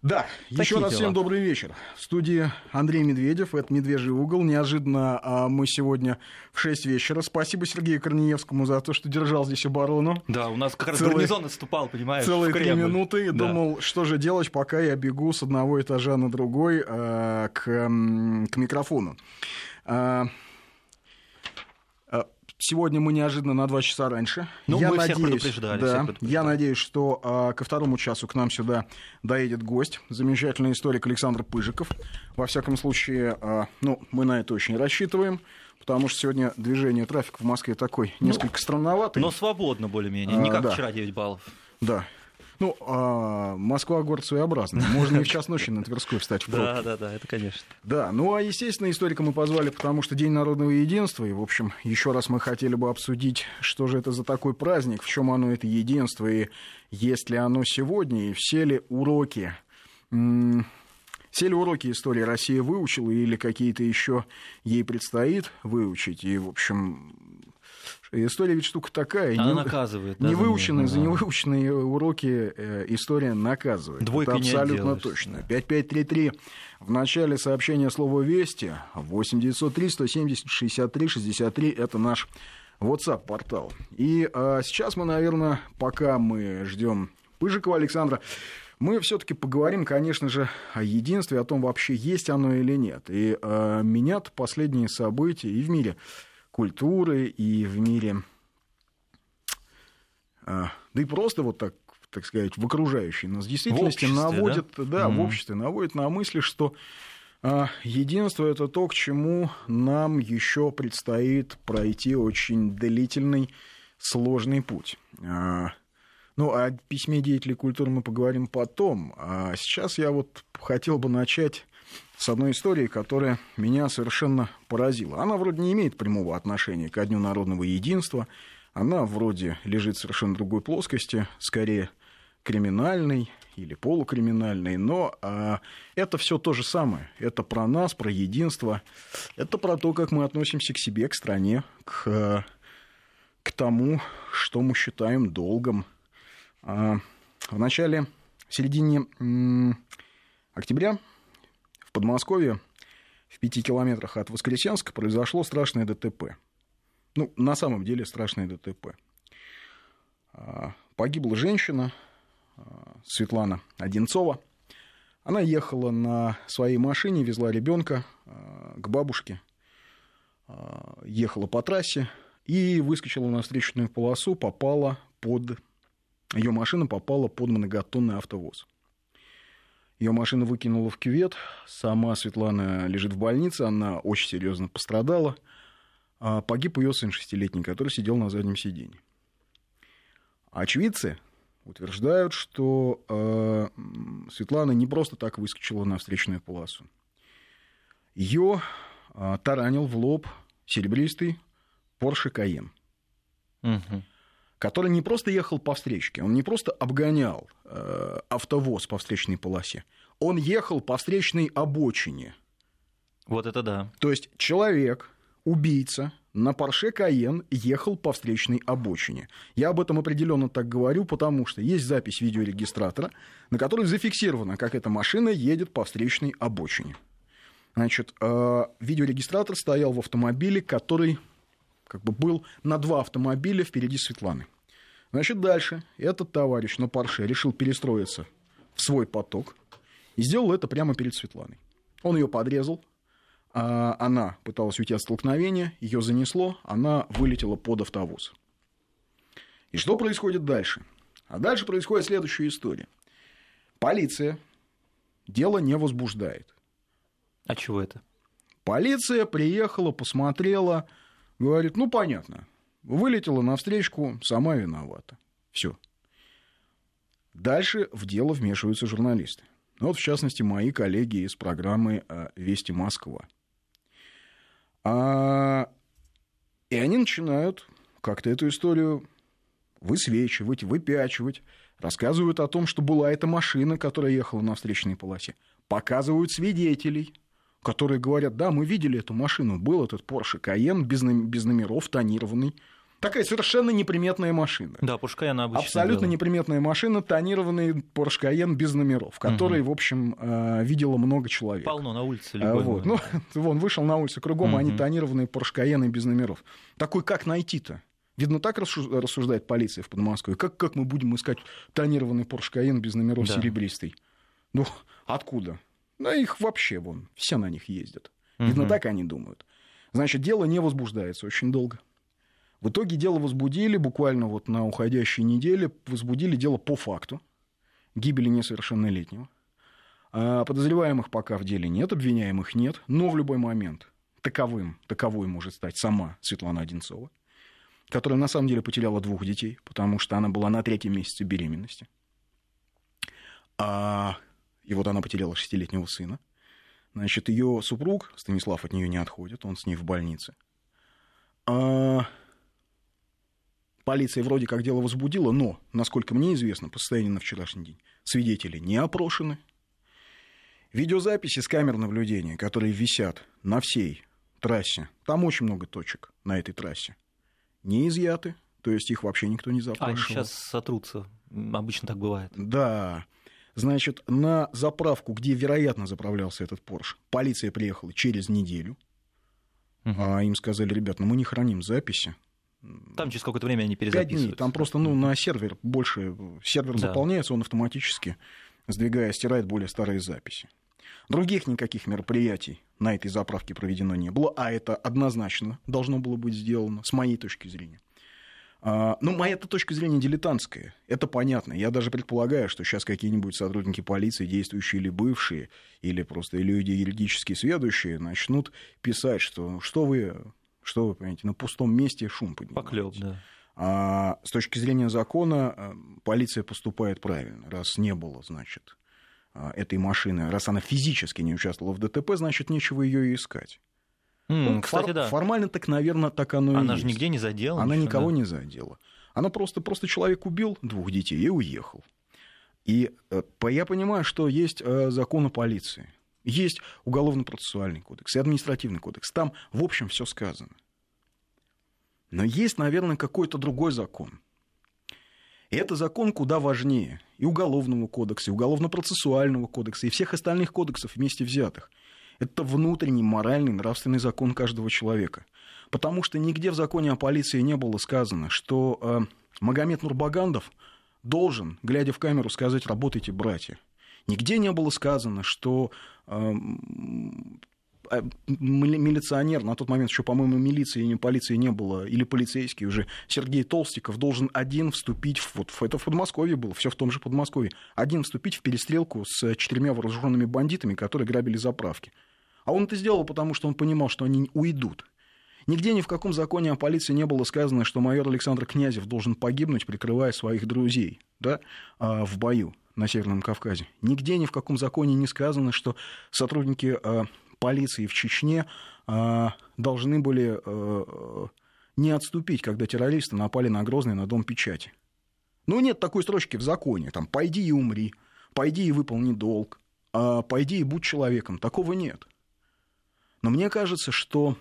Да, еще раз всем добрый вечер. В студии Андрей Медведев, это «Медвежий угол». Неожиданно мы сегодня в 6 вечера. Спасибо Сергею Корнеевскому за то, что держал здесь оборону. Да, у нас как раз гарнизон отступал, понимаешь, целые 3 минуты. Да. Думал, что же делать, пока я бегу с одного этажа на другой к микрофону. Сегодня мы неожиданно на 2 часа раньше. Ну, мы всех предупреждали. Да, я надеюсь, что ко второму часу к нам сюда доедет гость, замечательный историк Александр Пыжиков. Во всяком случае, мы на это очень рассчитываем, потому что сегодня движение трафика в Москве такой несколько странноватый. Но свободно более-менее, не как вчера 9 баллов. Да. Москва город своеобразный. Можно и в час ночи на Тверской встать в пробку. Да, это конечно. Да, естественно, историка мы позвали, потому что День народного единства. И, в общем, еще раз мы хотели бы обсудить, что же это за такой праздник, в чем оно, это единство, и есть ли оно сегодня, и все ли уроки истории Россия выучила, или какие-то еще ей предстоит выучить. И, в общем... История ведь штука такая. Она наказывает. Да, невыученные, за невыученные уроки история наказывает. Двойка это не абсолютно отделаешь. точно. 5533. В начале сообщения слово «Вести». 8-903-170-63-63. Это наш WhatsApp-портал. И сейчас мы, наверное, пока мы ждем Пыжикова Александра, мы все-таки поговорим, конечно же, о единстве, о том, вообще есть оно или нет. И меня-то последние события и в мире культуры, и в мире, да и просто вот так сказать, в окружающей нас действительности наводит, в обществе наводит на мысли, что единство — это то, к чему нам еще предстоит пройти очень длительный, сложный путь. О письме деятелей культуры мы поговорим потом. А сейчас я хотел бы начать с одной истории, которая меня совершенно поразила. Она вроде не имеет прямого отношения ко Дню народного единства. Она вроде лежит в совершенно другой плоскости, скорее криминальной или полукриминальной. Но это все то же самое. Это про нас, про единство. Это про то, как мы относимся к себе, к стране, к тому, что мы считаем долгом. В середине октября в Подмосковье, в 5 километрах от Воскресенска, произошло страшное ДТП. На самом деле страшное ДТП. Погибла женщина, Светлана Одинцова. Она ехала на своей машине, везла ребенка к бабушке, ехала по трассе и выскочила на встречную полосу, ее машина попала под многотонный автовоз. Ее машину выкинула в кювет, сама Светлана лежит в больнице, она очень серьезно пострадала. Погиб ее сын 6-летний, который сидел на заднем сиденье. Очевидцы утверждают, что Светлана не просто так выскочила на встречную полосу. Ее таранил в лоб серебристый Porsche Cayenne. Который не просто ехал по встречке, он не просто обгонял автовоз по встречной полосе, он ехал по встречной обочине. Вот это да. То есть человек, убийца, на Porsche Cayenne ехал по встречной обочине. Я об этом определенно так говорю, потому что есть запись видеорегистратора, на которой зафиксировано, как эта машина едет по встречной обочине. Значит, видеорегистратор стоял в автомобиле, который был на 2 автомобиля впереди Светланы. Значит, дальше этот товарищ на Порше решил перестроиться в свой поток и сделал это прямо перед Светланой. Он ее подрезал, она пыталась уйти от столкновения, ее занесло, она вылетела под автовоз. И что происходит дальше? А дальше происходит следующая история. Полиция дело не возбуждает. А чего это? Полиция приехала, посмотрела, говорит, понятно, вылетела навстречку, сама виновата. Все. Дальше в дело вмешиваются журналисты. В частности, мои коллеги из программы «Вести Москва». И они начинают как-то эту историю высвечивать, выпячивать, рассказывают о том, что была эта машина, которая ехала на встречной полосе, показывают свидетелей, которые говорят, да, мы видели эту машину, был этот Porsche Cayenne без номеров, тонированный, Такая совершенно неприметная машина. Да, Porsche Cayenne обычно абсолютно неприметная машина, тонированный Porsche Cayenne без номеров, который, в общем, видело много человек. Полно на улице любой. Вот. Ну, вон, вышел на улицу кругом, а они тонированные Porsche Cayenne без номеров. Такой как найти-то? Видно, так рассуждает полиция в Подмосковье. Как мы будем искать тонированный Porsche Cayenne без номеров серебристый? Ну, откуда? Да их вообще, вон, все на них ездят. Видно, так они думают. Значит, дело не возбуждается очень долго. В итоге дело возбудили, буквально вот на уходящей неделе, возбудили дело по факту гибели несовершеннолетнего. Подозреваемых пока в деле нет, обвиняемых нет, но в любой момент таковой может стать сама Светлана Одинцова, которая на самом деле потеряла 2 детей, потому что она была на 3-м месяце беременности. И вот она потеряла 6-летнего сына. Значит, ее супруг, Станислав, от нее не отходит, он с ней в больнице. Полиция вроде как дело возбудила, но, насколько мне известно, по состоянию на вчерашний день, свидетели не опрошены. Видеозаписи с камер наблюдения, которые висят на всей трассе, там очень много точек на этой трассе, не изъяты, то есть их вообще никто не запрашивал. Они сейчас сотрутся, обычно так бывает. Да. Значит, на заправку, где, вероятно, заправлялся этот Porsche, полиция приехала через неделю, а им сказали: ребят, мы не храним записи. Там через какое-то время они перезаписываются. 5 дней. Там просто на сервер больше... Сервер заполняется, он автоматически, сдвигая, стирает более старые записи. Других никаких мероприятий на этой заправке проведено не было, а это однозначно должно было быть сделано, с моей точки зрения. Моя-то точка зрения дилетантская, это понятно. Я даже предполагаю, что сейчас какие-нибудь сотрудники полиции, действующие или бывшие, или просто люди юридически сведущие, начнут писать, что вы, понимаете, на пустом месте шум поднимаете. Поклёп, да. С точки зрения закона полиция поступает правильно. Раз не было, значит, этой машины, раз она физически не участвовала в ДТП, значит, нечего ее и искать. Кстати, да. Формально, так, наверное, так оно и есть. Она же нигде не задела. Она никого не задела. Она просто человек убил 2 детей и уехал. И я понимаю, что есть закон о полиции, есть уголовно-процессуальный кодекс и административный кодекс. Там, в общем, все сказано. Но есть, наверное, какой-то другой закон. И это закон куда важнее и уголовного кодекса, и уголовно-процессуального кодекса, и всех остальных кодексов вместе взятых. Это внутренний, моральный, нравственный закон каждого человека. Потому что нигде в законе о полиции не было сказано, что Магомед Нурбагандов должен, глядя в камеру, сказать: работайте, братья. Нигде не было сказано, что милиционер, на тот момент еще, по-моему, милиции и полиции не было, или полицейский уже, Сергей Толстиков должен один вступить, это в Подмосковье было, все в том же Подмосковье, один вступить в перестрелку с 4 вооруженными бандитами, которые грабили заправки. А он это сделал, потому что он понимал, что они уйдут. Нигде ни в каком законе о полиции не было сказано, что майор Александр Князев должен погибнуть, прикрывая своих друзей, да, в бою на Северном Кавказе. Нигде ни в каком законе не сказано, что сотрудники полиции в Чечне должны были не отступить, когда террористы напали на Грозный, на Дом печати. Нет такой строчки в законе. Там: пойди и умри, пойди и выполни долг, пойди и будь человеком. Такого нет. Но мне кажется, что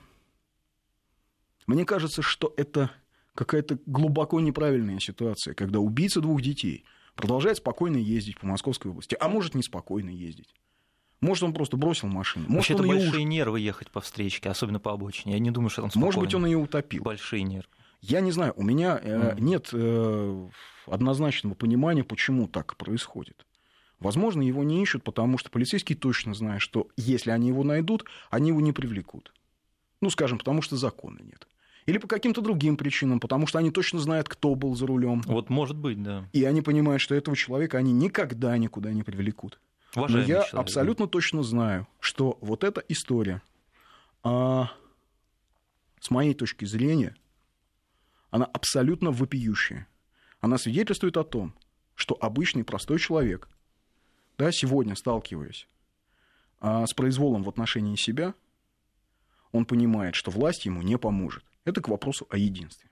это какая-то глубоко неправильная ситуация, когда убийца 2 детей продолжает спокойно ездить по Московской области, а может неспокойно ездить. Может, он просто бросил машину. Может, это большие нервы ехать по встречке, особенно по обочине. Я не думаю, что он спокойно. Может быть, он ее утопил. Большие нервы. Я не знаю, у меня нет однозначного понимания, почему так происходит. Возможно, его не ищут, потому что полицейские точно знают, что если они его найдут, они его не привлекут. Скажем, потому что закона нет. Или по каким-то другим причинам, потому что они точно знают, кто был за рулем. Вот может быть, да. И они понимают, что этого человека они никогда никуда не привлекут. Но я человек, абсолютно точно знаю, что вот эта история, с моей точки зрения, она абсолютно вопиющая. Она свидетельствует о том, что обычный простой человек, да, сегодня сталкиваясь с произволом в отношении себя, он понимает, что власть ему не поможет. Это к вопросу о единстве.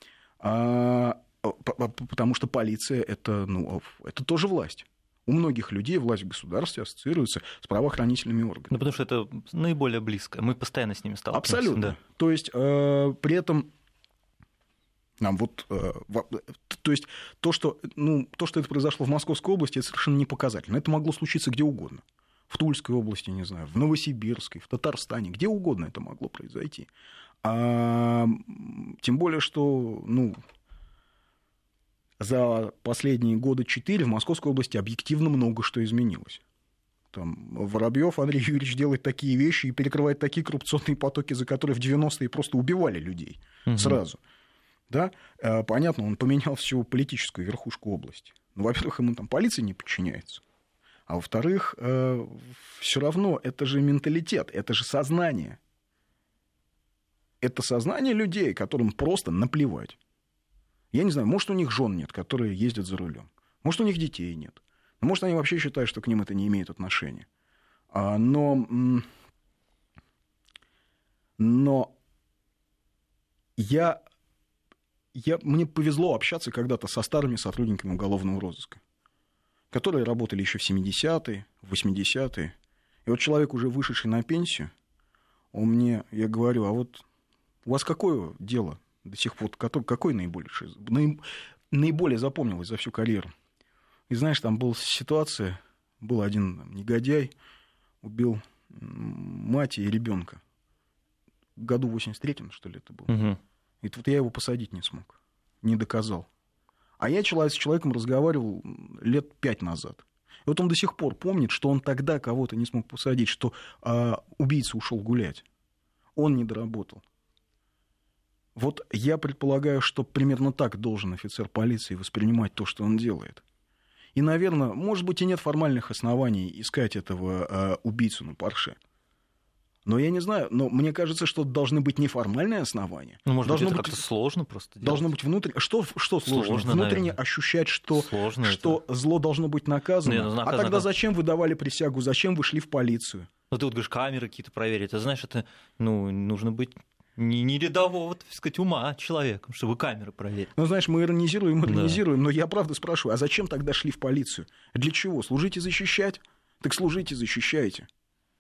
Потому что полиция это тоже власть. У многих людей власть в государстве ассоциируется с правоохранительными органами. Потому что это наиболее близко. Мы постоянно с ними сталкиваемся. Абсолютно. Да. То есть при этом Нам вот, то есть то, что это произошло в Московской области, это совершенно не показательно. Это могло случиться где угодно. В Тульской области, не знаю, в Новосибирской, в Татарстане, где угодно это могло произойти. Тем более, что за последние года 4 в Московской области объективно много что изменилось. Там Воробьев Андрей Юрьевич делает такие вещи и перекрывает такие коррупционные потоки, за которые в 90-е просто убивали людей сразу. Да? Понятно, он поменял всю политическую верхушку области. Ну, во-первых, ему там полиция не подчиняется. А во-вторых, все равно это же менталитет, это же сознание. Это сознание людей, которым просто наплевать. Я не знаю, может, у них жен нет, которые ездят за рулем. Может, у них детей нет. Может, они вообще считают, что к ним это не имеет отношения. Но мне повезло общаться когда-то со старыми сотрудниками уголовного розыска, которые работали еще в 70-е, в 80-е. И вот человек, уже вышедший на пенсию, я говорю, а вот у вас какое дело до сих пор, какое наиболее запомнилось за всю карьеру? И знаешь, там была ситуация, был один негодяй, убил мать и ребенка. В году 83-м, что ли, это было. Угу. И вот я его посадить не смог, не доказал. А я с человеком разговаривал лет 5 назад. И вот он до сих пор помнит, что он тогда кого-то не смог посадить, что убийца ушел гулять. Он не доработал. Вот я предполагаю, что примерно так должен офицер полиции воспринимать то, что он делает. И, наверное, может быть, и нет формальных оснований искать этого убийцу на Порше. Но я не знаю, но мне кажется, что должны быть неформальные основания. Ну, может быть, это как-то сложно просто делать. Должно быть внутренне. Что сложно? Внутренне ощущать, что зло должно быть наказано. А тогда зачем вы давали присягу? Зачем вы шли в полицию? Ну, ты вот говоришь, камеры какие-то проверить. Ты знаешь, это нужно быть не рядового, так сказать, ума человеком, чтобы камеры проверить. Ну, знаешь, мы иронизируем, но я правда спрашиваю, а зачем тогда шли в полицию? Для чего? Служите защищать? Так служите, защищайте.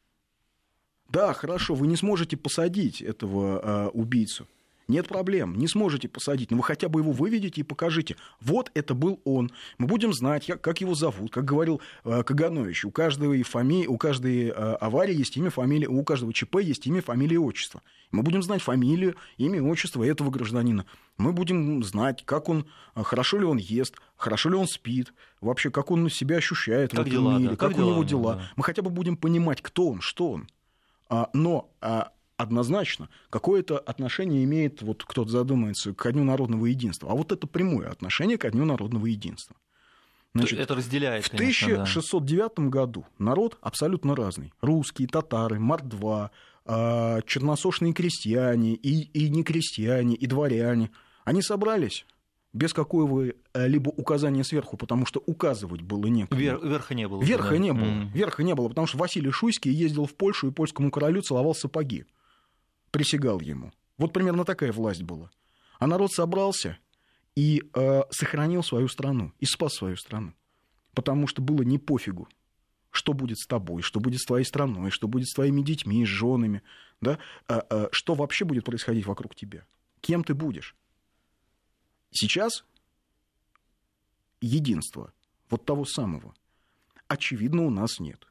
Да, хорошо, вы не сможете посадить этого убийцу. Нет проблем, не сможете посадить, но вы хотя бы его выведите и покажите. Вот это был он. Мы будем знать, как его зовут. Как говорил Каганович, у каждой аварии есть имя, фамилия, у каждого ЧП есть имя, фамилия и отчество. Мы будем знать фамилию, имя, отчество этого гражданина. Мы будем знать, хорошо ли он ест, хорошо ли он спит, вообще, как он себя ощущает в этом мире, как у него дела. Да. Мы хотя бы будем понимать, кто он, что он. Но однозначно какое-то отношение имеет, вот кто-то задумается, ко Дню народного единства. А вот это прямое отношение ко Дню народного единства. Значит, это разделяет, в 1609 году народ абсолютно разный. Русские, татары, мордва, черносошные крестьяне, и не крестьяне, и дворяне. Они собрались без какого-либо указания сверху, потому что указывать было некому. Верха не было. Верха не было, потому что Василий Шуйский ездил в Польшу и польскому королю целовал сапоги. Присягал ему. Вот примерно такая власть была. А народ собрался и сохранил свою страну, и спас свою страну. Потому что было не пофигу, что будет с тобой, что будет с твоей страной, что будет с твоими детьми, с женами, да? Что вообще будет происходить вокруг тебя, кем ты будешь. Сейчас единства, вот того самого, очевидно, у нас нет.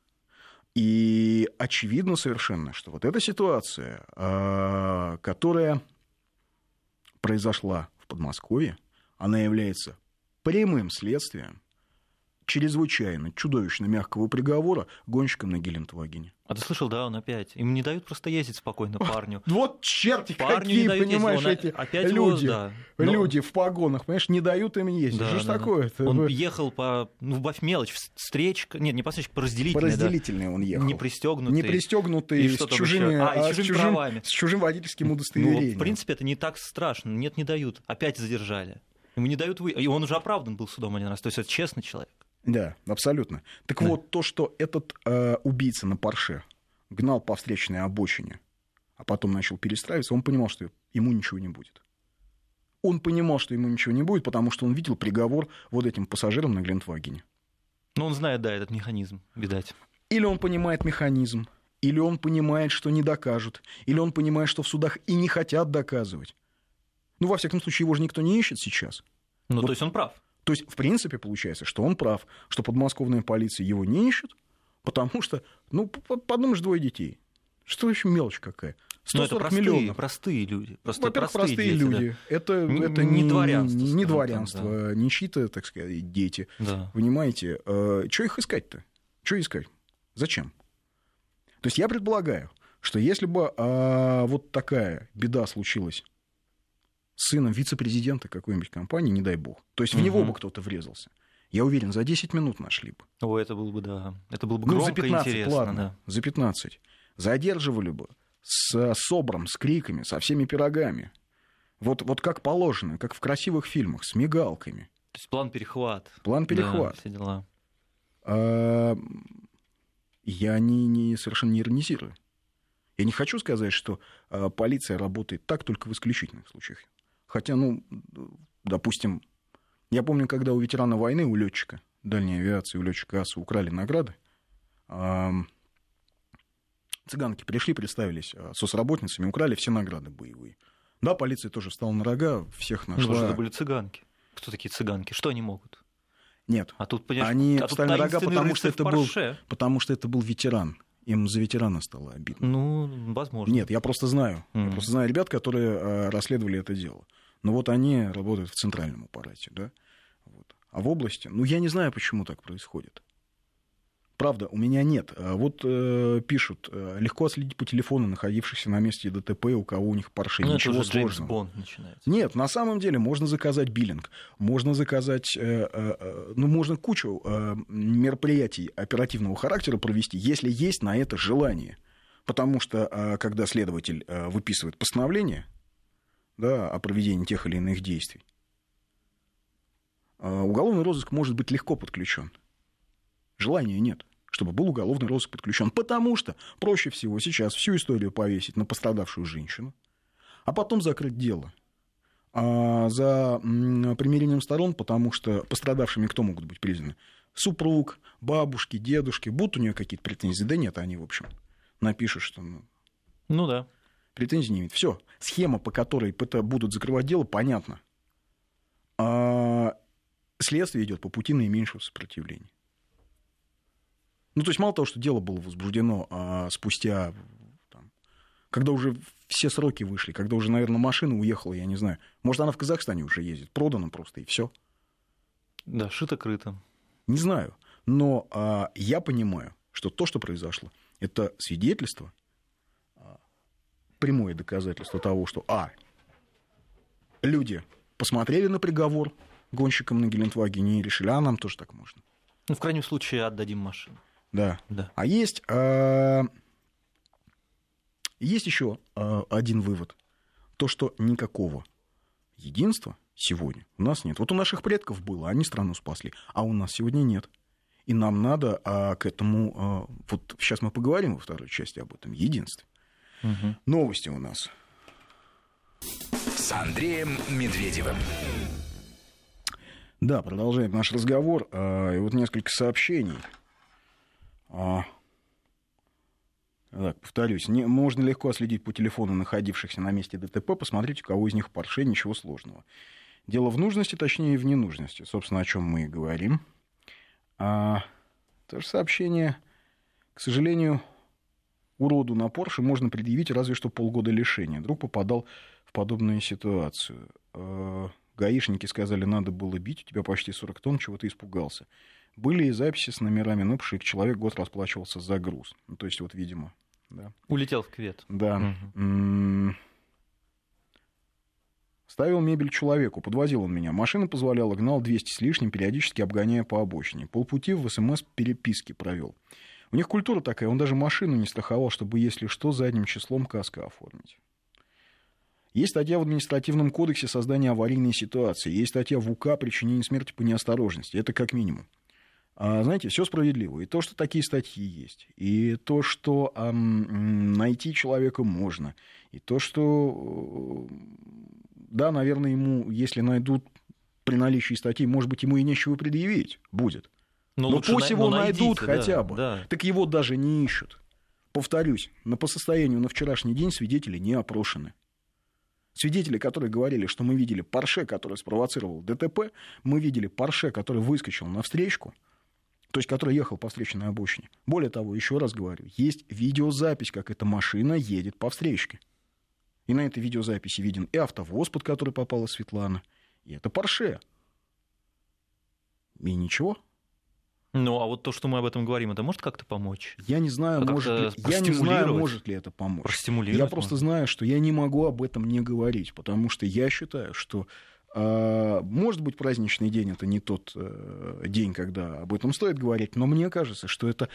И очевидно совершенно, что вот эта ситуация, которая произошла в Подмосковье, она является прямым следствием чрезвычайно чудовищно мягкого приговора гонщикам на Гелендвагене. А ты слышал, да, он опять. Им не дают просто ездить спокойно парню. Вот черти какие, понимаешь, эти люди в погонах, понимаешь, не дают им ездить. Что ж такое-то? Он ехал по, мелочь, встречка, нет, не по встречке, по разделительной. По разделительной он ехал. Не пристегнутый, с чужим водительским удостоверением. В принципе, это не так страшно. Нет, не дают. Опять задержали. Ему не дают и он уже оправдан был судом один раз. То есть это честный человек. Да, абсолютно. Так вот, то, что этот убийца на Порше гнал по встречной обочине, а потом начал перестраиваться, он понимал, что ему ничего не будет. Он понимал, что ему ничего не будет, потому что он видел приговор вот этим пассажирам на Гелендвагене. Ну, он знает, да, этот механизм, видать. Или он понимает механизм, или он понимает, что не докажут, или он понимает, что в судах и не хотят доказывать. Ну, во всяком случае, его же никто не ищет сейчас. Ну, вот. То есть он прав. То есть, в принципе, получается, что он прав, что подмосковная полиция его не ищет, потому что, ну, подумаешь, 2 детей. Что вообще мелочь какая? 140 миллионов. Простые люди. Во-первых, простые люди. Да. Это не дворянство. Не дворянство, не чьи-то, так сказать, дети. Да. Понимаете? Что их искать-то? Что искать? Зачем? То есть я предполагаю, что если бы вот такая беда случилась с сыном вице-президента какой-нибудь компании, не дай бог, то есть в него бы кто-то врезался, я уверен, за 10 минут нашли бы. О, это было бы, да. Это было бы громко, за 15, интересно. Ладно, да. За 15. Задерживали бы с собром, с криками, со всеми пирогами. Вот как положено, как в красивых фильмах, с мигалками. То есть план-перехват. План-перехват. Да, все дела. Я совершенно не иронизирую. Я не хочу сказать, что полиция работает так только в исключительных случаях. Хотя, ну, допустим, я помню, когда у ветерана войны, у летчика дальней авиации, у летчика АСА украли награды, цыганки пришли, представились соцработницами, украли все награды боевые. Да, полиция тоже встала на рога, всех нашла. Ну, это были цыганки. Кто такие цыганки? Что они могут? Нет, они встали на рога, потому что это был ветеран. Им за ветерана стало обидно. Ну, возможно. Нет, я просто знаю. Я просто знаю ребят, которые расследовали это дело. Но вот они работают в центральном аппарате, да? Вот. А в области, ну, я не знаю, почему так происходит. Правда, у меня нет. Вот пишут, легко отследить по телефону находившихся на месте ДТП, у кого у них Порше. Ничего это уже сложного. Джеймс Бонд начинается. Нет, на самом деле можно заказать биллинг, можно заказать, можно кучу мероприятий оперативного характера провести, если есть на это желание. Потому что, когда следователь выписывает постановление, да, о проведении тех или иных действий, уголовный розыск может быть легко подключен. Желания нет, чтобы был уголовный розыск подключен. Потому что проще всего сейчас всю историю повесить на пострадавшую женщину, а потом закрыть дело за примирением сторон, потому что пострадавшими кто могут быть признаны? Супруг, бабушки, дедушки. Будут у нее какие-то претензии? Да нет, они, в общем, напишут, что... Ну да. Претензий не имеет. Все. Схема, по которой будут закрывать дело, понятна. Следствие идет по пути наименьшего сопротивления. Ну, то есть, мало того, что дело было возбуждено спустя, когда уже все сроки вышли, когда уже, наверное, машина уехала, я не знаю. Может, она в Казахстане уже ездит, продана просто, и все. Да, шито-крыто. Не знаю. Но я понимаю, что то, что произошло, это свидетельство, прямое доказательство того, что, люди посмотрели на приговор гонщикам на Гелендвагене и решили, нам тоже так можно. Ну, в крайнем случае, отдадим машину. Да. А есть еще один вывод. То, что никакого единства сегодня у нас нет. Вот у наших предков было, они страну спасли, а у нас сегодня нет. И нам надо к этому... Вот сейчас мы поговорим во второй части об этом единстве. Угу. Новости у нас. С Андреем Медведевым. Да, продолжаем наш разговор. И вот несколько сообщений. Так, повторюсь, можно легко следить по телефону находившихся на месте ДТП, посмотреть, у кого из них Порше, ничего сложного. Дело в нужности, точнее, в ненужности. Собственно, о чем мы и говорим. То же сообщение, к сожалению, уроду на Порше можно предъявить разве что полгода лишения. Вдруг попадал в подобную ситуацию. Гаишники сказали, надо было бить, у тебя почти 40 тонн, чего ты испугался. Были и записи с номерами, но пшик, человек год расплачивался за груз. Ну, то есть, вот, видимо... Да. Улетел в кювет. Да. Угу. Ставил мебель человеку, подвозил он меня. Машина позволяла, гнал 200 с лишним, периодически обгоняя по обочине. Полпути в СМС переписки провел. У них культура такая, он даже машину не страховал, чтобы, если что, задним числом каско оформить. Есть статья в административном кодексе создания аварийной ситуации, есть статья в УК причинения смерти по неосторожности. Это как минимум. Знаете, все справедливо. И то, что такие статьи есть, и то, что найти человека можно, и то, что, да, наверное, ему, если найдут при наличии статьи, может быть, ему и нечего предъявить будет. Но пусть его найдут хотя бы. Да. Так его даже не ищут. Повторюсь, по состоянию на вчерашний день свидетели не опрошены. Свидетели, которые говорили, что мы видели Порше, который спровоцировал ДТП, мы видели Порше, который выскочил на встречку, то есть который ехал по встречной обочине. Более того, еще раз говорю, есть видеозапись, как эта машина едет по встречке. И на этой видеозаписи виден и автовоз, под который попала Светлана, и это Порше. И ничего. Ну, а вот то, что мы об этом говорим, это может как-то помочь? Я не знаю, может ли это помочь. Я просто знаю, что я не могу об этом не говорить, потому что я считаю, что, может быть, праздничный день — это не тот день, когда об этом стоит говорить, но мне кажется, что это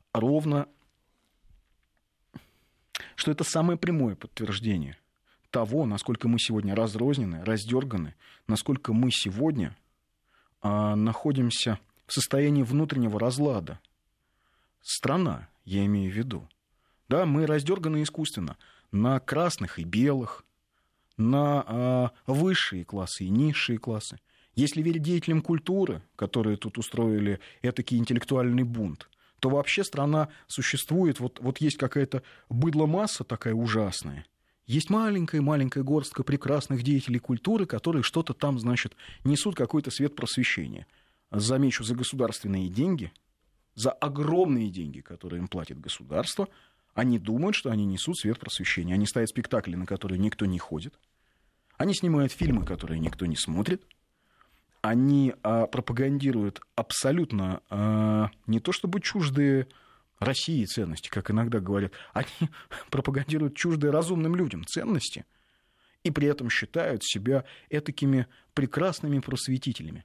что это самое прямое подтверждение того, насколько мы сегодня разрознены, раздерганы, насколько мы сегодня находимся в состоянии внутреннего разлада. Страна, я имею в виду. Да, мы раздерганы искусственно на красных и белых, на высшие классы и низшие классы. Если верить деятелям культуры, которые тут устроили этакий интеллектуальный бунт, то вообще страна существует, вот есть какая-то быдломасса такая ужасная, есть маленькая горстка прекрасных деятелей культуры, которые что-то там, значит, несут какой-то свет просвещения. Замечу, за государственные деньги, за огромные деньги, которые им платит государство, они думают, что они несут свет просвещения. Они ставят спектакли, на которые никто не ходит. Они снимают фильмы, которые никто не смотрит. Они пропагандируют абсолютно не то чтобы чуждые России ценности, как иногда говорят, они пропагандируют чуждые разумным людям ценности и при этом считают себя этакими прекрасными просветителями.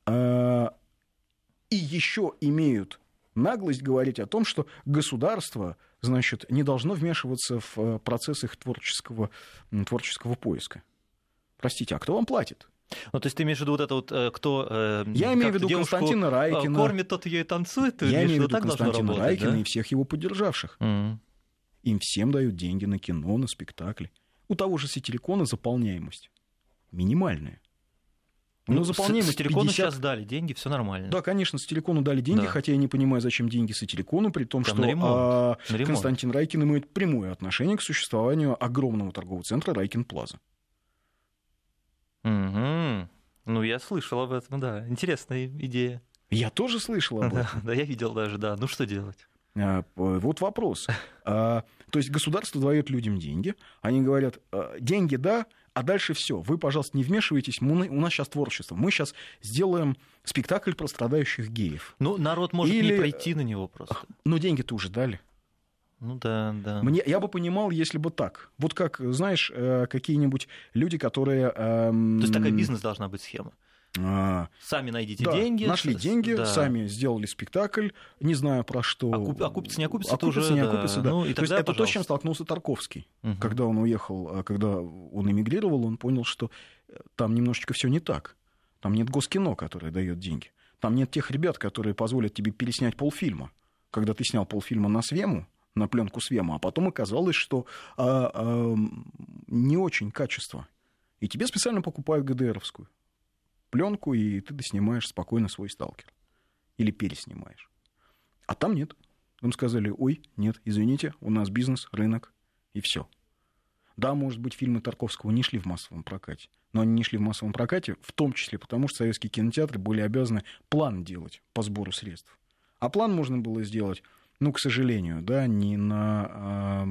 И еще имеют наглость говорить о том, что государство, значит, не должно вмешиваться в процесс их творческого поиска. Простите, а кто вам платит? Ну, то есть ты имеешь в виду вот это вот, кто... Я имею в виду Константина Райкина. Кормит, тот ее и танцует. Я имею в виду Константина Райкина, да? И всех его поддержавших. Им всем дают деньги на кино, на спектакли. У того же Сатирикона заполняемость минимальная. Ну, Сатирикону 50... сейчас дали деньги, все нормально. Да, конечно, Сатирикону дали деньги, да. Хотя я не понимаю, зачем деньги Сатирикону, при том, там что Константин Райкин имеет прямое отношение к существованию огромного торгового центра Райкин Плаза. Угу. Ну, я слышал об этом, да. Интересная идея. Я тоже слышал об этом. Да, я видел даже, да. Ну, что делать? Вот вопрос. То есть государство дает людям деньги, они говорят, деньги, да, а дальше все. Вы, пожалуйста, не вмешивайтесь, у нас сейчас творчество. Мы сейчас сделаем спектакль про страдающих геев. Ну, народ может не прийти на него просто. Но деньги-то уже дали. Ну да, да. Я бы понимал, если бы так. Вот как, знаешь, какие-нибудь люди, которые... То есть такая бизнес должна быть схема. Сами найдите деньги. Нашли деньги, да. Сами сделали спектакль, не знаю про что. Окупится, не окупится, не окупится, да. Ну, и то есть это то, с чем столкнулся Тарковский. Угу. Когда он уехал, когда он эмигрировал, он понял, что там немножечко все не так. Там нет Госкино, которое дает деньги. Там нет тех ребят, которые позволят тебе переснять полфильма. Когда ты снял полфильма на Свему, на пленку Свема, а потом оказалось, что не очень качество. И тебе специально покупают ГДРовскую пленку, и ты доснимаешь спокойно свой «Сталкер». Или переснимаешь. А там нет. Нам сказали, ой, нет, извините, у нас бизнес, рынок, и все. Да, может быть, фильмы Тарковского не шли в массовом прокате, но они не шли в массовом прокате, в том числе потому, что советские кинотеатры были обязаны план делать по сбору средств. А план можно было сделать, к сожалению, да, не на,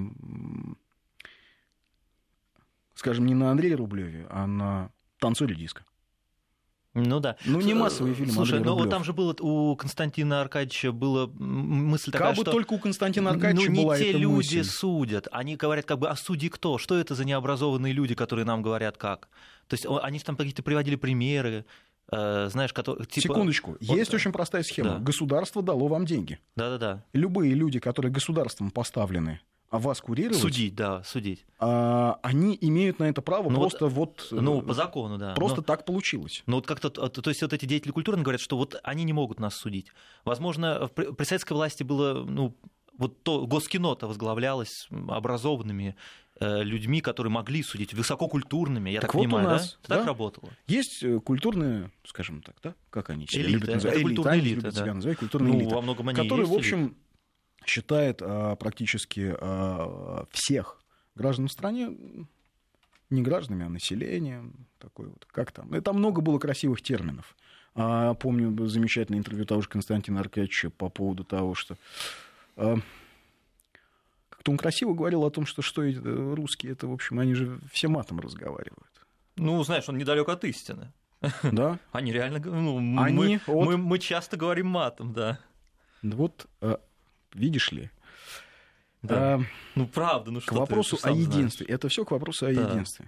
скажем, не на Андрея Рублеве, а на «Танцоре диска». Ну да. Не массовый фильм. Слушай, вот там же было у Константина Аркадьевича была мысль такая, что... только у Константина Аркадьевича была эта мысль. Не те люди судят. Они говорят, а судьи кто? Что это за необразованные люди, которые нам говорят как? То есть они же там какие-то приводили примеры, знаешь, которые... Секундочку. Есть очень простая схема. Да. Государство дало вам деньги. Да-да-да. Любые люди, которые государством поставлены, а вас курировать... Судить. Они имеют на это право просто по закону, да. Просто так получилось. Ну, вот как-то... То есть вот эти деятели культуры говорят, что вот они не могут нас судить. Возможно, при советской власти было... Госкино-то возглавлялось образованными людьми, которые могли судить, высококультурными, я так понимаю, да? Так работало. Есть культурные, скажем так, да? Как они себя любят называть? Это культурная элита, да. Себя называть, культурная элита. Во многом они которые, есть, в общем... считает практически всех граждан в стране не гражданами, а населением. Такой вот, как там. И там много было красивых терминов. Помню замечательное интервью того же Константина Аркадьевича по поводу того, что... Как-то он красиво говорил о том, что русские, это, в общем, они же все матом разговаривают. Ну, знаешь, он недалек от истины. Да? Они реально... мы часто говорим матом, да. Вот, видишь ли... Да. Правда, к вопросу о единстве. Это все к вопросу о единстве.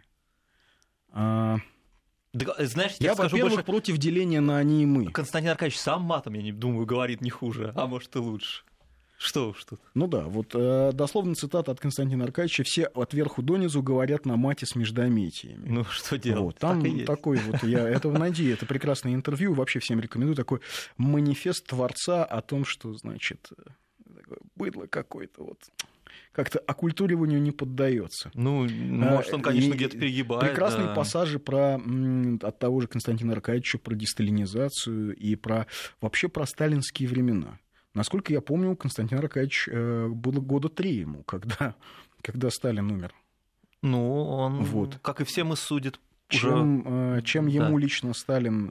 Знаешь, я, во-первых, против деления на они и мы. Константин Аркадьевич сам матом, я не думаю, говорит не хуже, а может и лучше. Что уж тут. Ну да, вот дословно цитата от Константина Аркадьевича: все отверху донизу говорят на мате с междометиями. Ну что делать? Вот, там такой вот, найди, это прекрасное интервью, вообще всем рекомендую, такой манифест творца о том, что, значит, быдло какое-то вот... как-то оккультуриванию не поддается. Ну, может, он, конечно, где-то перегибает. Прекрасные пассажи от того же Константина Аркадьевича про десталинизацию и вообще про сталинские времена. Насколько я помню, Константин Аркадьевич было года 3 ему, когда Сталин умер. Ну, он, как и все мы, судит. Чем ему лично Сталин...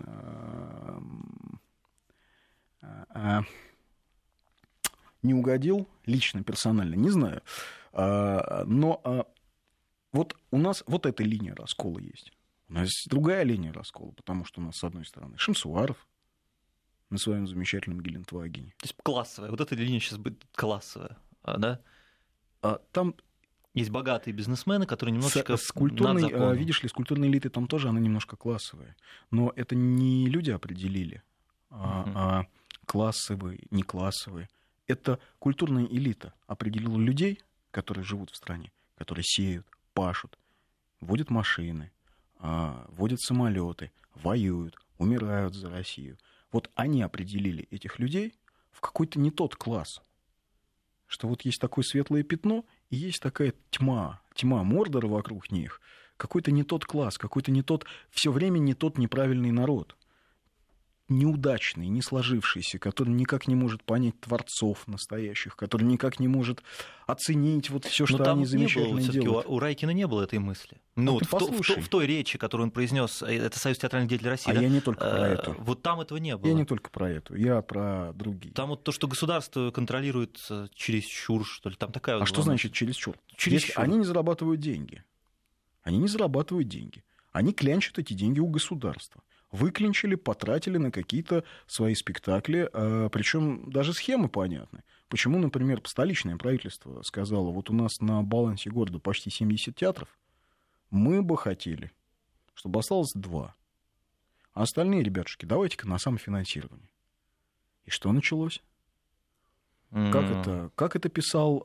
не угодил, лично, персонально, не знаю. Но вот у нас вот эта линия раскола есть. У нас есть другая линия раскола, потому что у нас, с одной стороны, Шамсуаров на своем замечательном Гелендвагене. То есть классовая. Вот эта линия сейчас будет классовая, да? Там есть богатые бизнесмены, которые немножечко над законом. Видишь ли, с культурной элитой там тоже она немножко классовая. Но это не люди определили, а классовые, не классовые. Это культурная элита определила людей, которые живут в стране, которые сеют, пашут, водят машины, водят самолеты, воюют, умирают за Россию. Вот они определили этих людей в какой-то не тот класс. Что вот есть такое светлое пятно, и есть такая тьма Мордора вокруг них. Какой-то не тот класс, какой-то не тот, все время не тот неправильный народ. Неудачный, не сложившийся, который никак не может понять творцов настоящих, который никак не может оценить вот все, что они замечательно делают. У Райкина не было этой мысли. Ну, в той речи, которую он произнес, это Союз театральных деятелей России. Я не только про эту. Вот там этого не было. Я не только про эту, я про другие. Там вот то, что государство контролирует чересчур, что ли, там такая вот... А что значит чересчур? Если они не зарабатывают деньги. Они не зарабатывают деньги. Они клянчат эти деньги у государства. Выклинчили, потратили на какие-то свои спектакли, причем даже схемы понятны. Почему, например, столичное правительство сказало, вот у нас на балансе города почти 70 театров, мы бы хотели, чтобы осталось 2. А остальные, ребятушки, давайте-ка на самофинансирование. И что началось? Как это писал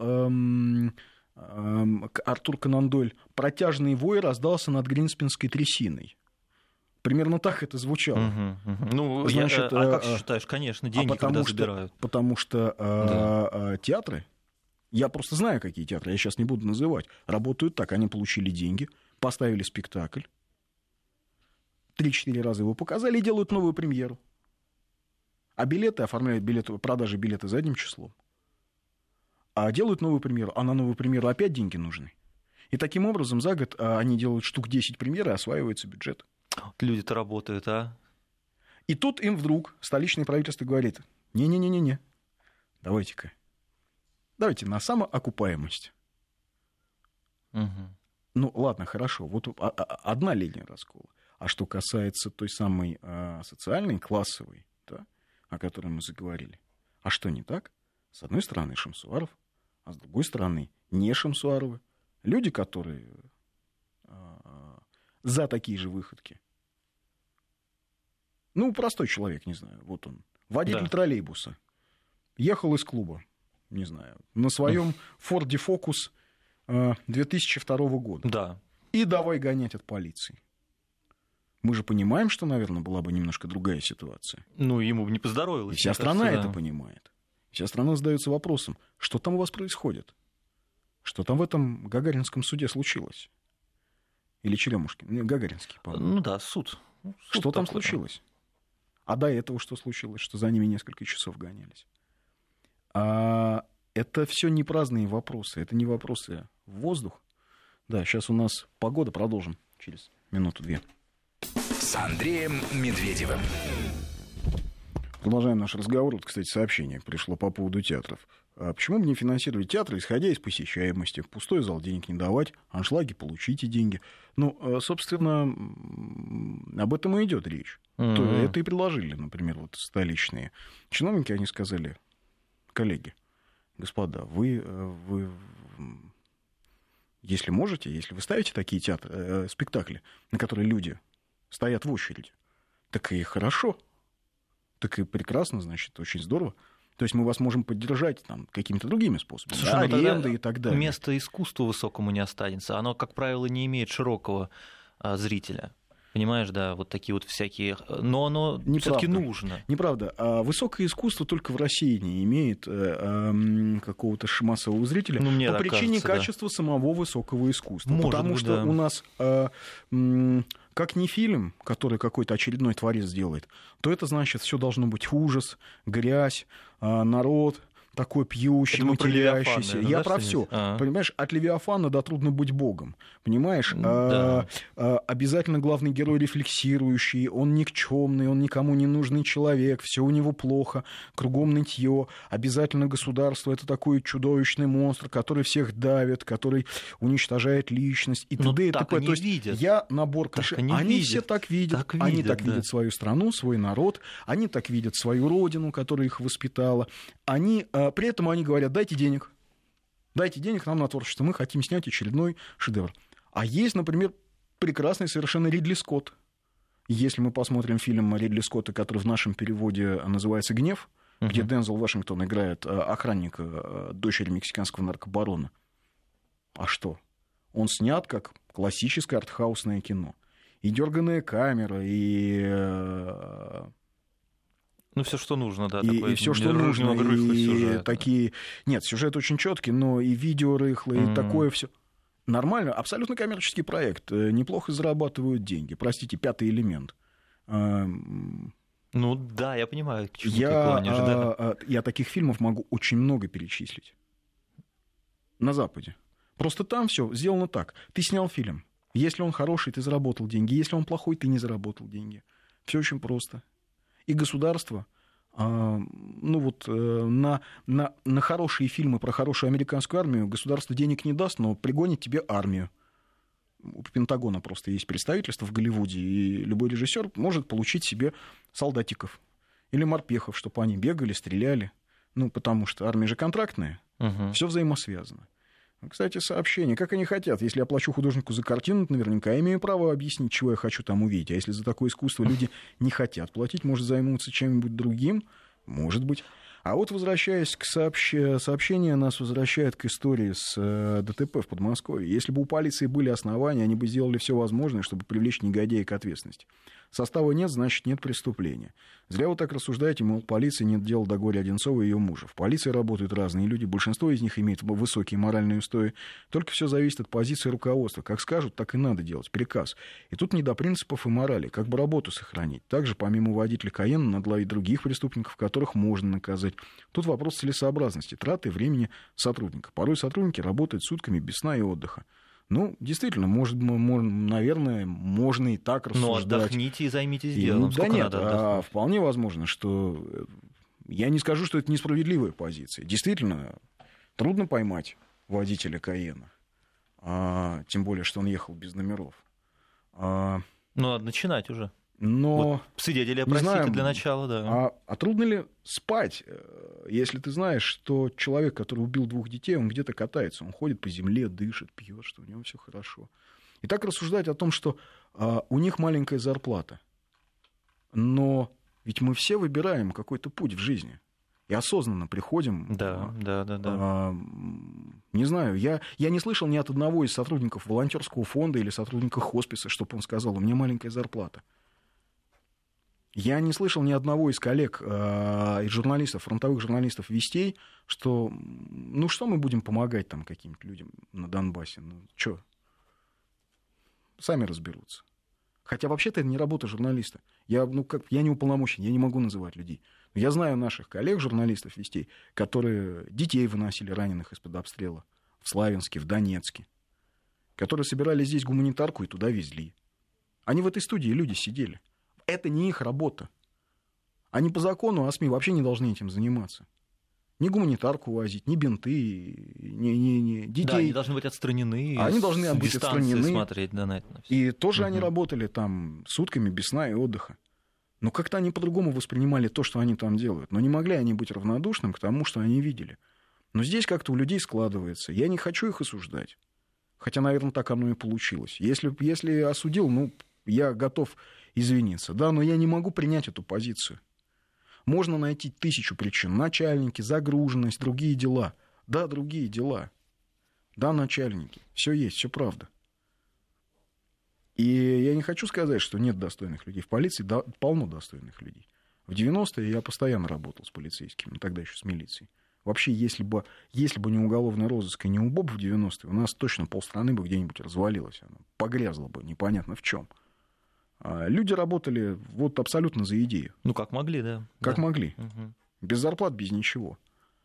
Артур Конан Дойль? Протяжный вой раздался над Гринспенской трясиной. Примерно так это звучало. Ну, значит, как ты считаешь, конечно, деньги когда забирают? Потому что театры, я просто знаю, какие театры, я сейчас не буду называть, работают так. Они получили деньги, поставили спектакль, 3-4 раза его показали и делают новую премьеру. А билеты оформляют продажи билета задним числом. А делают новую премьеру, а на новую премьеру опять деньги нужны. И таким образом за год они делают штук 10 премьер и осваивается бюджет. Люди-то работают, а? И тут им вдруг столичное правительство говорит: не-не-не-не, давайте на самоокупаемость. Ну, ладно, хорошо, вот одна линия раскола. А что касается той самой социальной, классовой, да, о которой мы заговорили, а что не так? С одной стороны Шамсуаров, а с другой стороны не Шамсуаровы. Люди, которые за такие же выходки. Ну, простой человек, не знаю, вот он, водитель троллейбуса, ехал из клуба, не знаю, на своем Форде Фокус 2002 года. Да. И давай гонять от полиции. Мы же понимаем, что, наверное, была бы немножко другая ситуация. Ну, ему бы не поздоровилось. И вся страна это понимает. Вся страна задается вопросом, что там у вас происходит? Что там в этом Гагаринском суде случилось? Или Черемушкин? Гагаринский, по-моему. Ну да, суд. Что там случилось? А до этого что случилось? Что за ними несколько часов гонялись? Это все не праздные вопросы. Это не вопросы в воздух. Да, сейчас у нас погода, продолжим через минуту-две. С Андреем Медведевым. Продолжаем наш разговор. Вот, кстати, сообщение пришло по поводу театров. А почему бы не финансировать театры, исходя из посещаемости? В пустой зал денег не давать, аншлаги получите деньги. Ну, собственно, об этом и идет речь. Это и предложили, например, вот столичные чиновники, они сказали: коллеги, господа, вы если можете, если вы ставите такие спектакли, на которые люди стоят в очереди, так и хорошо. Так и прекрасно, значит, очень здорово. То есть мы вас можем поддержать там какими-то другими способами. Слушай, аренды и так далее. Место искусству высокому не останется. Оно, как правило, не имеет широкого зрителя. Понимаешь, да, вот такие вот всякие... Но оно все-таки нужно. Неправда. Высокое искусство только в России не имеет какого-то массового зрителя по причине качества самого высокого искусства. Потому что у нас... Как не фильм, который какой-то очередной творец делает, то это значит, все должно быть ужас, грязь, народ такой пьющий, матерящийся. Я про все. Понимаешь, от Левиафана до трудно быть богом. Понимаешь, обязательно главный герой рефлексирующий, он никчемный, он никому не нужный человек, все у него плохо, кругом нытье. Обязательно государство — это такой чудовищный монстр, который всех давит, который уничтожает личность и т.д. и т.п. То есть я набор клише. Они все так видят. Они так видят свою страну, свой народ, они так видят свою родину, которая их воспитала. При этом они говорят: дайте денег нам на творчество, мы хотим снять очередной шедевр. А есть, например, прекрасный совершенно Ридли Скотт. Если мы посмотрим фильм Ридли Скотта, который в нашем переводе называется «Гнев», где Дензел Вашингтон играет охранника дочери мексиканского наркобарона. А что? Он снят как классическое артхаусное кино. И дерганая камера, и... все, что нужно, да. И все, что нужно, и сюжет, такие... Нет, сюжет очень четкий, но и видео рыхлое, и такое все. Нормально, абсолютно коммерческий проект. Неплохо зарабатывают деньги. Простите, «Пятый элемент». Да, я понимаю, к чему ты клонишь, да. Я таких фильмов могу очень много перечислить. На Западе. Просто там все сделано так. Ты снял фильм. Если он хороший, ты заработал деньги. Если он плохой, ты не заработал деньги. Все очень просто. И государство на хорошие фильмы про хорошую американскую армию государство денег не даст, но пригонит тебе армию. У Пентагона просто есть представительство в Голливуде, и любой режиссер может получить себе солдатиков или морпехов, чтобы они бегали, стреляли. Потому что армия же контрактная, все взаимосвязано. Кстати, сообщение. Как они хотят? Если я плачу художнику за картину, то наверняка я имею право объяснить, чего я хочу там увидеть. А если за такое искусство люди не хотят платить, может, займутся чем-нибудь другим? Может быть. А вот, возвращаясь к сообщению, нас возвращает к истории с ДТП в Подмосковье. Если бы у полиции были основания, они бы сделали все возможное, чтобы привлечь негодяя к ответственности. Состава нет, значит, нет преступления. Зря вы так рассуждаете, мол, полиции нет дела до Гори Одинцовой и ее мужа. В полиции работают разные люди, большинство из них имеет высокие моральные устои. Только все зависит от позиции руководства. Как скажут, так и надо делать. Приказ. И тут не до принципов и морали. Как бы работу сохранить. Также, помимо водителя Каена, надо ловить других преступников, которых можно наказать. Тут вопрос целесообразности, траты времени сотрудника. Порой сотрудники работают сутками без сна и отдыха. Действительно, наверное, можно и так рассуждать. Отдохните и займитесь делом. Да нет, вполне возможно, что... Я не скажу, что это несправедливая позиция. Действительно, трудно поймать водителя Каена. Тем более, что он ехал без номеров. Надо начинать уже. Но... Свидетелей опросите для начала, да. А трудно ли спать, если ты знаешь, что человек, который убил 2 детей, он где-то катается, он ходит по земле, дышит, пьет, что у него все хорошо. И так рассуждать о том, что у них маленькая зарплата. Но ведь мы все выбираем какой-то путь в жизни. И осознанно приходим... Да. Не знаю, я не слышал ни от одного из сотрудников волонтерского фонда или сотрудника хосписа, чтобы он сказал: у меня маленькая зарплата. Я не слышал ни одного из коллег, из журналистов, фронтовых журналистов «Вестей», что что мы будем помогать там каким-то людям на Донбассе? Что? Сами разберутся. Хотя вообще-то это не работа журналиста. Я не уполномочен, я не могу называть людей. Но я знаю наших коллег, журналистов «Вестей», которые детей выносили раненых из-под обстрела в Славянске, в Донецке. которые собирали здесь гуманитарку и туда везли. Они в этой студии, люди, сидели. Это не их работа. Они по закону о СМИ вообще не должны этим заниматься. Ни гуманитарку возить, ни бинты, ни детей. Да, они должны быть отстранены. Они должны быть отстранены. Смотреть, да, на это. И тоже они работали там сутками без сна и отдыха. Но как-то они по-другому воспринимали то, что они там делают. Но не могли они быть равнодушным к тому, что они видели. Но здесь как-то у людей складывается. Я не хочу их осуждать. Хотя, наверное, так оно и получилось. Если осудил, я готов извиниться. Да, но я не могу принять эту позицию. Можно найти 1000 причин. Начальники, загруженность, другие дела. Да, другие дела. Да, начальники. Все есть, все правда. И я не хочу сказать, что нет достойных людей. В полиции полно достойных людей. В 90-е я постоянно работал с полицейскими, тогда еще с милицией. Вообще, если бы не уголовный розыск и не УБОП в 90-е, у нас точно полстраны бы где-нибудь развалилось. Оно погрязло бы, непонятно в чем. Люди работали вот абсолютно за идею. Как могли, да. Как могли. Угу. Без зарплат, без ничего.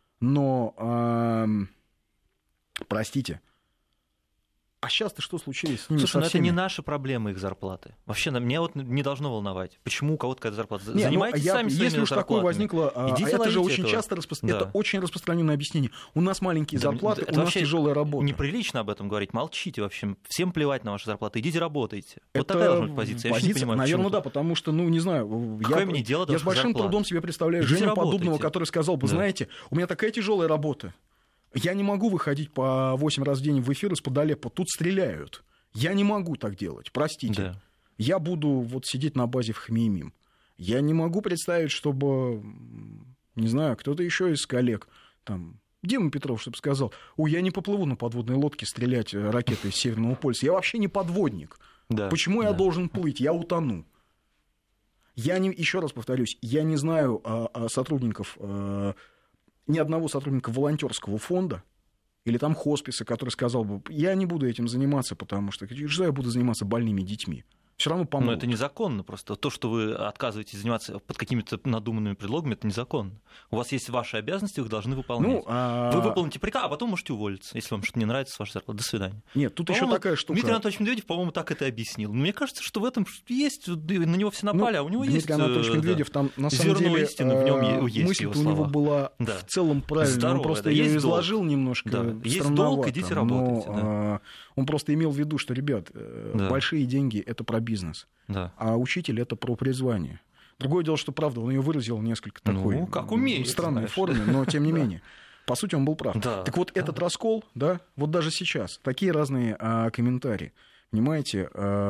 Но, простите, а сейчас-то что случилось с ними? Слушай, это не наши проблемы, их зарплаты. Вообще, меня не должно волновать. Почему у кого-то какая-то зарплата? Занимайтесь сами своими Если уж такое возникло, это же очень часто да. Это очень распространенное объяснение. У нас маленькие зарплаты, у нас тяжелая работа. Неприлично об этом говорить. Молчите вообще. Всем плевать на ваши зарплаты. Идите работайте. Вот такая должна быть позиция. Я не понимаю, наверное, да, потому что, не знаю, я с большим трудом себе представляю Женю Поддубного, который сказал бы, знаете, у меня такая тяжелая работа. Я не могу выходить по 8 раз в день в эфир из-под Алеппо. Тут стреляют. Я не могу так делать, простите. Да. Я буду сидеть на базе в Хмеймим. Я не могу представить, чтобы, не знаю, кто-то еще из коллег, Дима Петров, чтобы сказал, я не поплыву на подводной лодке стрелять ракетой из Северного полюса. Я вообще не подводник. Да. Почему я должен плыть? Я утону. Еще раз повторюсь, я не знаю сотрудников, ни одного сотрудника волонтерского фонда или хосписа, который сказал бы, я не буду этим заниматься, потому что я буду заниматься больными детьми. Все равно помогут. Но это незаконно просто. То, что вы отказываетесь заниматься под какими-то надуманными предлогами, это незаконно. У вас есть ваши обязанности, вы их должны выполнять. Вы выполните приказ, а потом можете уволиться, если вам что-то не нравится с вашей зарплатой. До свидания. Нет, тут еще такая штука. Дмитрий Анатольевич Медведев, по-моему, так это и объяснил. Мне кажется, что в этом есть, на него все напали, а у него есть... Дмитрий Анатольевич Медведев, там на самом деле истины в нем есть. Мысль у него была в целом правильная. Он просто ее изложил немножко странновато. Есть долг, идите работайте. Он просто имел в виду, что, ребят, большие деньги — это про бизнес. Да. А учитель — это про призвание. Другое дело, что, правда, он ее выразил несколько такой странной форме, но тем не менее. По сути, он был прав. Да, так вот, этот раскол, да, вот даже сейчас, такие разные комментарии, понимаете,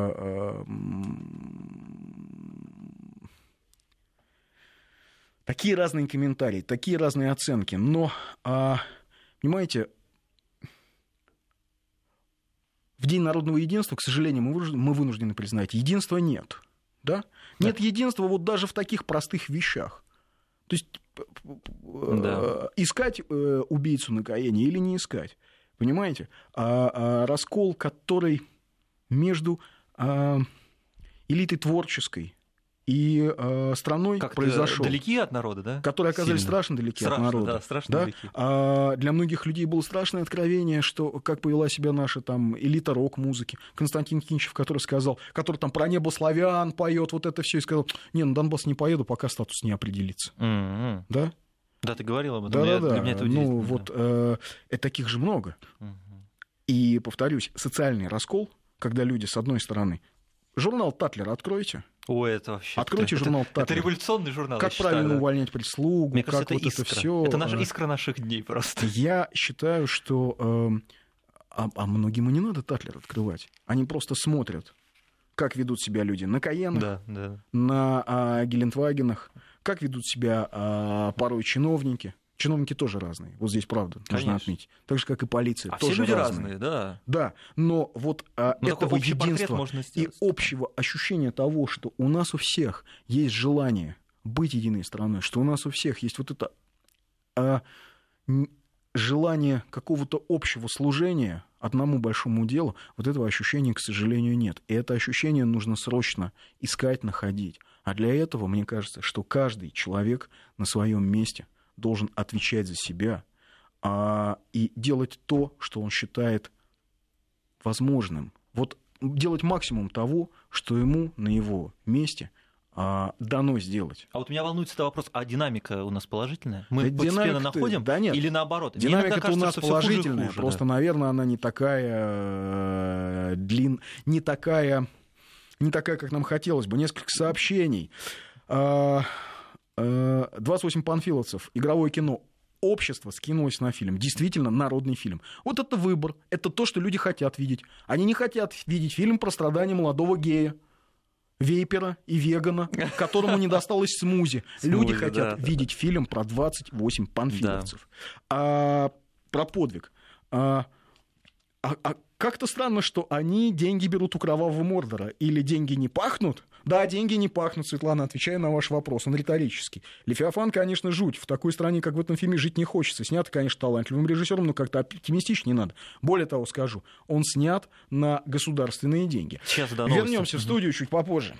такие разные комментарии, такие разные оценки, но, понимаете, в День народного единства, к сожалению, мы вынуждены признать, единства нет. Да? Нет единства вот даже в таких простых вещах. То есть искать убийцу на Каине или не искать. Понимаете? Раскол, который между элитой творческой и страной произошел. Далеки от народа, да? Которые оказались страшно далеки от народа. Да, страшно далеки. Для многих людей было страшное откровение, что как повела себя наша элита рок-музыки. Константин Кинчев, который про небо славян поет, вот это все, и сказал, на Донбасс не поеду, пока статус не определится. Mm-hmm. Да? Да, ты говорил об этом. Для меня это удивительно. Таких же много. И, повторюсь, социальный раскол, когда люди, с одной стороны, журнал «Татлер» откройте. Это вообще... Откройте журнал «Татлер». Это революционный журнал, как правильно увольнять прислугу, мне кажется, как это все. Это наша искра наших дней просто. Я считаю, что... многим и не надо «Татлер» открывать. Они просто смотрят, как ведут себя люди на Каенах, на Гелендвагенах, как ведут себя порой чиновники. Чиновники тоже разные. Вот здесь правда, нужно отметить. Так же, как и полиция. Тоже все люди разные, да. Да, но вот этого единства и общего ощущения того, что у нас у всех есть желание быть единой страной, что у нас у всех есть вот это желание какого-то общего служения одному большому делу, вот этого ощущения, к сожалению, нет. И это ощущение нужно срочно искать, находить. А для этого, мне кажется, что каждый человек на своем месте должен отвечать за себя и делать то, что он считает возможным. Вот делать максимум того, что ему на его месте дано сделать. А вот меня волнует этот вопрос, а динамика у нас положительная? Мы постепенно находим? Да нет. Или наоборот? Динамика у нас положительная, хуже, просто, наверное, она не такая не такая, как нам хотелось бы. Несколько сообщений. 28 панфиловцев, игровое кино. Общество скинулось на фильм. Действительно, народный фильм. Вот это выбор. Это то, что люди хотят видеть. Они не хотят видеть фильм про страдания молодого гея, вейпера и вегана, которому не досталось смузи. Люди хотят видеть фильм про 28 панфиловцев. Про подвиг. Как-то странно, что они деньги берут у кровавого Мордора. Или деньги не пахнут? Да, деньги не пахнут, Светлана, отвечая на ваш вопрос. Он риторический. Левиафан, конечно, жуть. В такой стране, как в этом фильме, жить не хочется. Снят, конечно, талантливым режиссером, но как-то оптимистичнее надо. Более того, скажу, он снят на государственные деньги. Сейчас вернемся в студию чуть попозже.